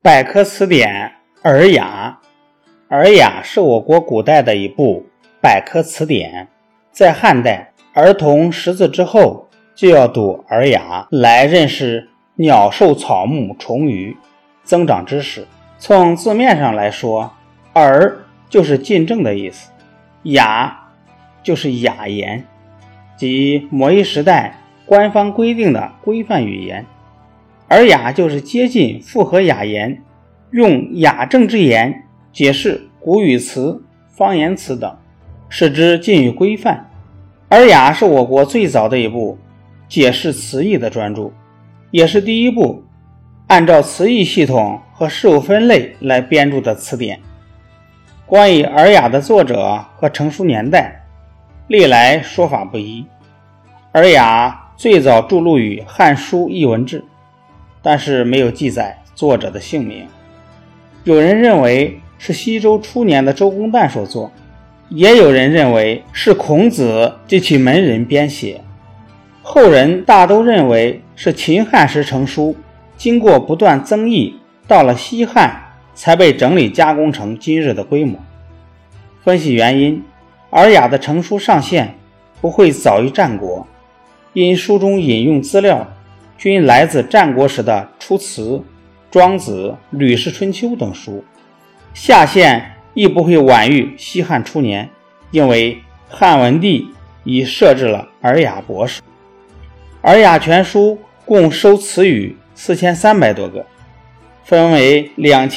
百科词典尔雅。尔雅是我国古代的一部百科词典，在汉代，儿童识字之后就要读尔雅来认识鸟兽草木虫鱼，增长知识。从字面上来说，尔就是进正的意思，雅就是雅言，即某一时代官方规定的规范语言。尔雅就是接近复合雅言，用雅正之言解释古语词、方言词等，使之近于规范。尔雅是我国最早的一部解释词义的专著，也是第一部按照词义系统和事物分类来编著的词典。关于尔雅的作者和成书年代，历来说法不一。尔雅最早著录于《汉书艺文志》，但是没有记载作者的姓名。有人认为是西周初年的周公旦所作，也有人认为是孔子及其门人编写。后人大都认为是秦汉时成书，经过不断增益，到了西汉才被整理加工成今日的规模。分析原因，尔雅的成书上限不会早于战国，因书中引用资料均来自战国时的《出辞》、《庄子》、《吕氏春秋》等书，下限亦不会晚于西汉初年，因为汉文帝已设置了尔雅博士。尔雅全书共收词语4300多个，分为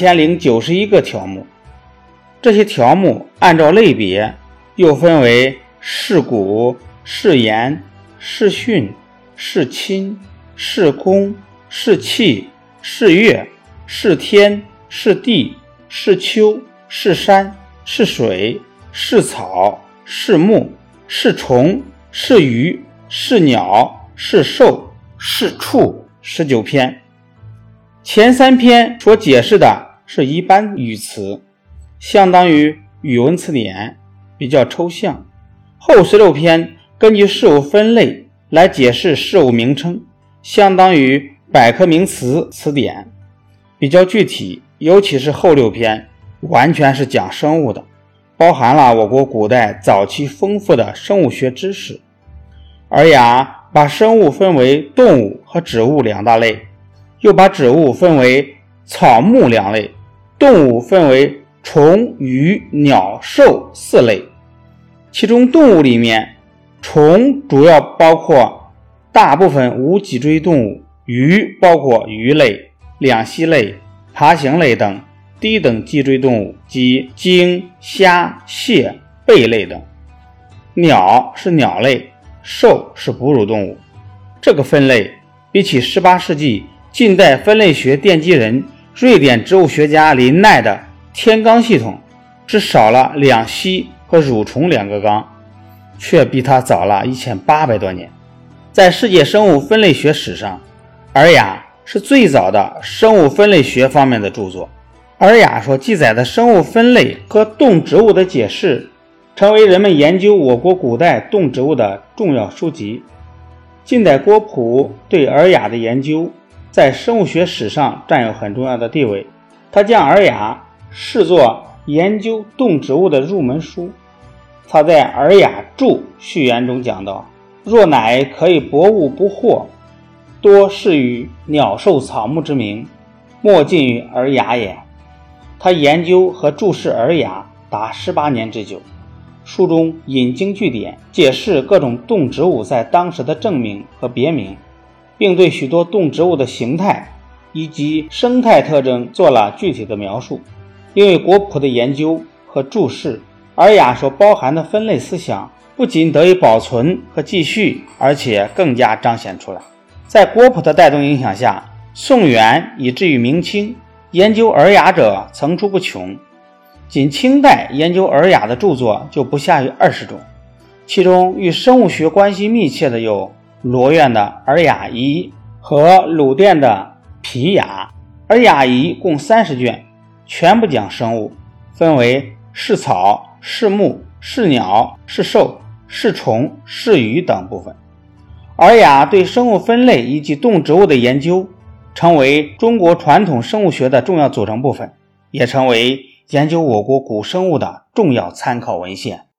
2091个条目。这些条目按照类别又分为释古、释言、释训、释亲、释公、释气、释月、释天、释地、释秋、释山、释水、释草、释木、释虫、释鱼、释鸟、释兽、释畜，19篇。前3篇所解释的是一般语词，相当于语文词典，比较抽象。后16篇根据事物分类来解释事物名称，相当于百科名词词典，比较具体。尤其是后6篇完全是讲生物的，包含了我国古代早期丰富的生物学知识。尔雅把生物分为动物和植物2大类，又把植物分为草木2类，动物分为虫、鱼、鸟、兽4类。其中动物里面，虫主要包括大部分无脊椎动物，鱼包括鱼类、两栖类、爬行类等低等脊椎动物及鲸、虾、蟹、贝类等。鸟是鸟类，兽是哺乳动物。这个分类比起18世纪近代分类学奠基人瑞典植物学家林奈的天纲系统只少了两栖和蠕虫2个纲，却比它早了1800多年。在世界生物分类学史上，尔雅是最早的生物分类学方面的著作。尔雅所记载的生物分类和动植物的解释，成为人们研究我国古代动植物的重要书籍。近代郭璞对尔雅的研究在生物学史上占有很重要的地位，他将尔雅视作研究动植物的入门书。他在尔雅注序言中讲到，若乃可以博物不惑，多是于鸟兽草木之名，莫近于尔雅也。他研究和注释尔雅达18年之久，书中引经据典，解释各种动植物在当时的正名和别名，并对许多动植物的形态以及生态特征做了具体的描述。因为郭璞的研究和注释，尔雅所包含的分类思想不仅得以保存和继续，而且更加彰显出来。在郭璞的带动影响下，宋元以至于明清，研究尔雅者层出不穷。仅清代研究尔雅的著作就不下于20种，其中与生物学关系密切的有罗院的《尔雅仪》和鲁店的《皮雅》。尔雅仪共30卷，全部讲生物，分为释草、释木、释鸟、释兽、释虫、释鱼等部分。尔雅对生物分类以及动植物的研究成为中国传统生物学的重要组成部分，也成为研究我国古生物的重要参考文献。